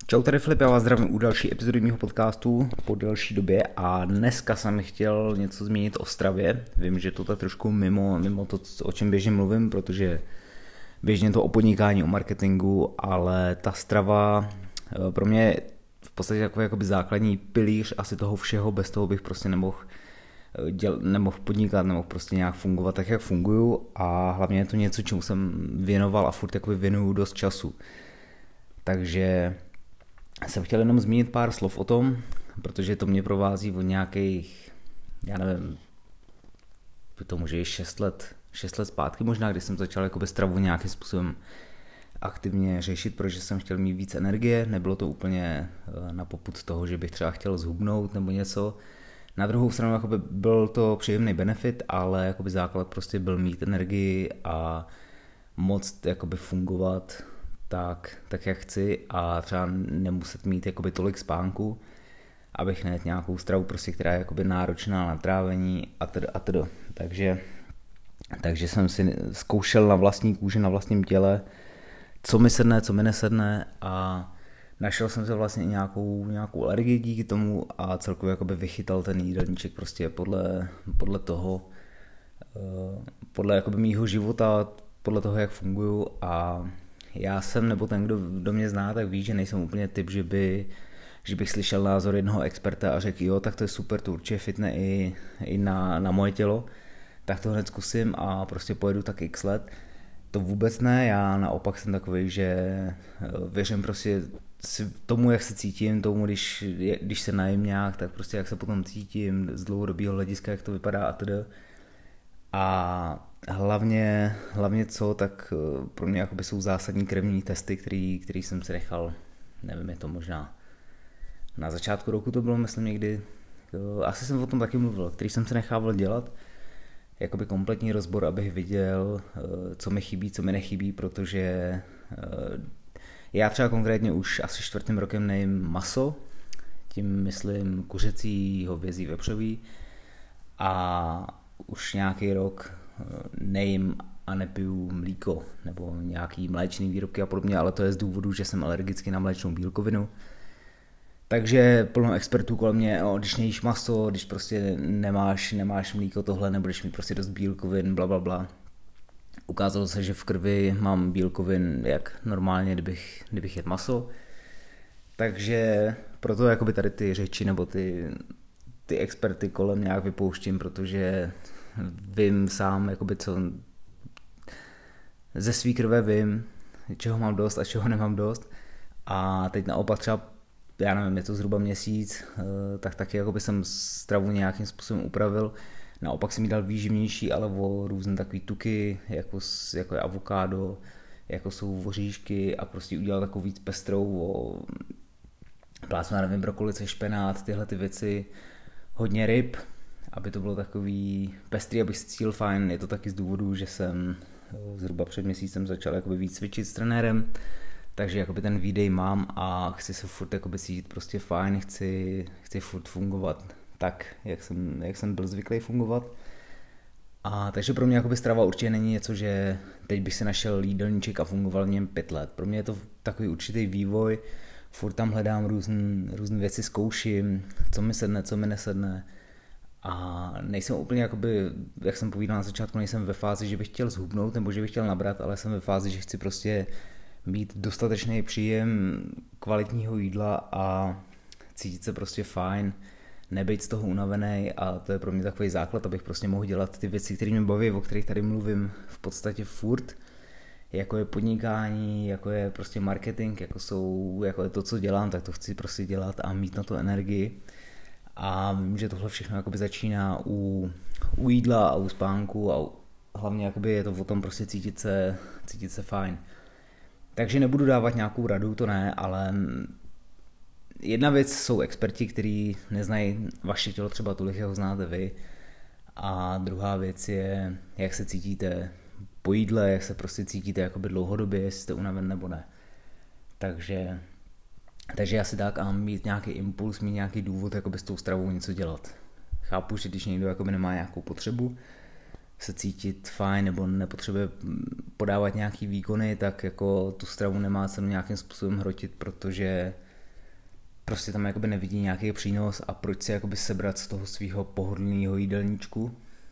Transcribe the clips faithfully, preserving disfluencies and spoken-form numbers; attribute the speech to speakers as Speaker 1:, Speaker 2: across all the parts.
Speaker 1: Čau, tady Filip, já vás zdravím u další epizody mého podcastu po delší době a dneska jsem chtěl něco zmínit o stravě. Vím, že to je trošku mimo, mimo to, o čem běžně mluvím, protože běžně to o podnikání, o marketingu, ale ta strava pro mě je v podstatě takový jakoby základní pilíř asi toho všeho, bez toho bych prostě nemohl, děl, nemohl podnikat, nemohl prostě nějak fungovat tak, jak funguju, a hlavně je to něco, čemu jsem věnoval a furt jakoby věnuju dost času. Takže jsem chtěl jenom zmínit pár slov o tom, protože to mě provází od nějakých, já nevím, to může i šest let, šest let zpátky možná, kdy jsem začal jakoby stravu nějakým způsobem aktivně řešit, protože jsem chtěl mít víc energie, nebylo to úplně na popud toho, že bych třeba chtěl zhubnout nebo něco. Na druhou stranu jakoby byl to příjemný benefit, ale jakoby základ prostě byl mít energii a moc jakoby fungovat tak, tak jak chci a třeba nemuset mít jakoby tolik spánku, abych nejet nějakou stravu, prostě, která je jakoby náročná na trávení a td. a td. Takže, takže jsem si zkoušel na vlastní kůži, na vlastním těle, co mi sedne, co mi nesedne, a našel jsem se vlastně nějakou, nějakou alergii díky tomu a celkově jakoby vychytal ten jídelníček prostě podle, podle toho, podle jakoby mýho života, podle toho, jak funguju. A já jsem, nebo ten, kdo, kdo mě zná, tak ví, že nejsem úplně typ, že, by, že bych slyšel názor jednoho experta a řekl, jo, tak to je super, to určitě fitne i, i na, na moje tělo, tak to hned zkusím a prostě pojedu tak x let. To vůbec ne, já naopak jsem takový, že věřím prostě tomu, jak se cítím, tomu, když, když se najím nějak, tak prostě jak se potom cítím z dlouhodobého hlediska, jak to vypadá a tedy. A hlavně, hlavně co, tak pro mě jakoby jsou zásadní krevní testy, který, který jsem si nechal, nevím, je to možná na začátku roku to bylo, myslím někdy, asi jsem o tom taky mluvil, který jsem se nechával dělat, jakoby kompletní rozbor, abych viděl, co mi chybí, co mi nechybí, protože já třeba konkrétně už asi čtvrtým rokem nejím maso, tím myslím kuřecí, hovězí, vepřový, a už nějaký rok nejím a nepiju mlíko nebo nějaký mléčný výrobky a podobně, ale to je z důvodu, že jsem alergický na mléčnou bílkovinu. Takže plno expertů kolem mě, o, když nejíš maso, když prostě nemáš, nemáš mlíko tohle, nebudeš mít prostě dost bílkovin, bla, bla, bla. Ukázalo se, že v krvi mám bílkovin jak normálně, kdybych, kdybych jedl maso. Takže proto jakoby tady ty řeči nebo ty, ty experty kolem nějak vypouštím, protože vím sám, jakoby co ze svý krve vím, čeho mám dost a čeho nemám dost. A teď naopak třeba, já nevím, je to zhruba měsíc, tak taky jakoby jsem stravu nějakým způsobem upravil. Naopak jsem jí dal výživnější, ale o různé takové tuky, jako, jako je avokádo, jako jsou voříšky, a prostě udělal takovou víc pestrou, o plásnu, nevím, brokolice, špenát, tyhle ty věci, hodně ryb, aby to bylo takový pestrý, abych se cítil fajn. Je to taky z důvodu, že jsem zhruba před měsícem začal jakoby víc cvičit s trenérem, takže jakoby ten výdej mám a chci se furt jakoby cítit prostě fajn, chci, chci furt fungovat tak, jak jsem, jak jsem byl zvyklý fungovat. A takže pro mě jakoby strava určitě není něco, že teď bych si našel jídelníček a fungoval v něm pět let. Pro mě je to takový určitý vývoj, furt tam hledám různé různé věci, zkouším, co mi sedne, co mi nesedne. A nejsem úplně, jakoby, jak jsem povídal na začátku, nejsem ve fázi, že bych chtěl zhubnout nebo že bych chtěl nabrat, ale jsem ve fázi, že chci prostě mít dostatečný příjem kvalitního jídla a cítit se prostě fajn, nebejt z toho unavený, a to je pro mě takový základ, abych prostě mohl dělat ty věci, které mě baví, o kterých tady mluvím v podstatě furt, jako je podnikání, jako je prostě marketing, jako, jsou, jako je to, co dělám, tak to chci prostě dělat a mít na to energii. A vím, že tohle všechno jakoby začíná u, u jídla a u spánku a u, hlavně jakoby je to o tom prostě cítit se, cítit se fajn. Takže nebudu dávat nějakou radu, to ne, ale jedna věc jsou experti, kteří neznají vaše tělo třeba tolik, jak ho znáte vy. A druhá věc je, jak se cítíte po jídle, jak se prostě cítíte jakoby dlouhodobě, jestli jste unaven nebo ne. Takže, takže asi tak, a mít nějaký impuls, mít nějaký důvod jakoby s tou stravou něco dělat. Chápu, že když někdo jakoby nemá nějakou potřebu se cítit fajn nebo nepotřebuje podávat nějaký výkony, tak jako tu stravu nemá cenu nějakým způsobem hrotit, protože prostě tam jakoby nevidí nějaký přínos a proč si jakoby sebrat z toho svého pohodlného jídelníčku,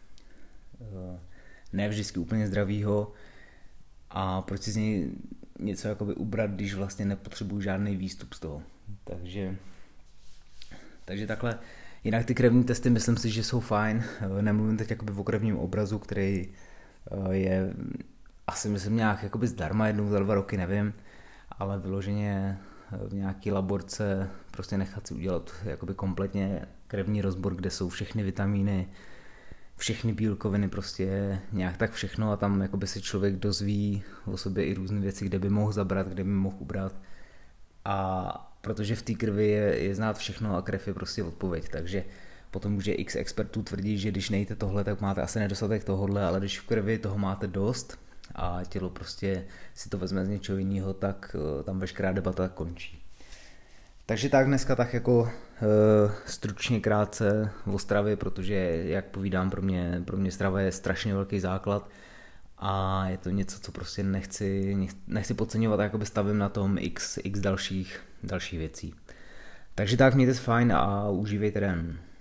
Speaker 1: ne vždycky úplně zdravýho, a proč si z něj něco jakoby ubrat, když vlastně nepotřebuju žádný výstup z toho. Takže, takže takhle. Jinak ty krevní testy myslím si, že jsou fajn. Nemluvím teď jakoby o krevním obrazu, který je asi myslím nějak jakoby zdarma jednou za dva roky, nevím, ale vyloženě v nějaký laborce prostě nechat si udělat jakoby kompletně krevní rozbor, kde jsou všechny vitamíny, všechny bílkoviny, prostě nějak tak všechno, a tam jakoby se člověk dozví o sobě i různé věci, kde by mohl zabrat, kde by mohl ubrat, a protože v té krvi je, je znát všechno a krev je prostě odpověď, takže potom může x expertů tvrdit, že když nejte tohle, tak máte asi nedostatek tohohle, ale když v krvi toho máte dost a tělo prostě si to vezme z něčeho jiného, tak tam veškerá debata končí. Takže tak dneska tak jako e, stručně krátce o stravě, protože jak povídám, pro mě, pro mě strava je strašně velký základ a je to něco, co prostě nechci, nechci podceňovat, jakoby stavím na tom x, x dalších, dalších věcí. Takže tak, mějte se fajn a užívejte den.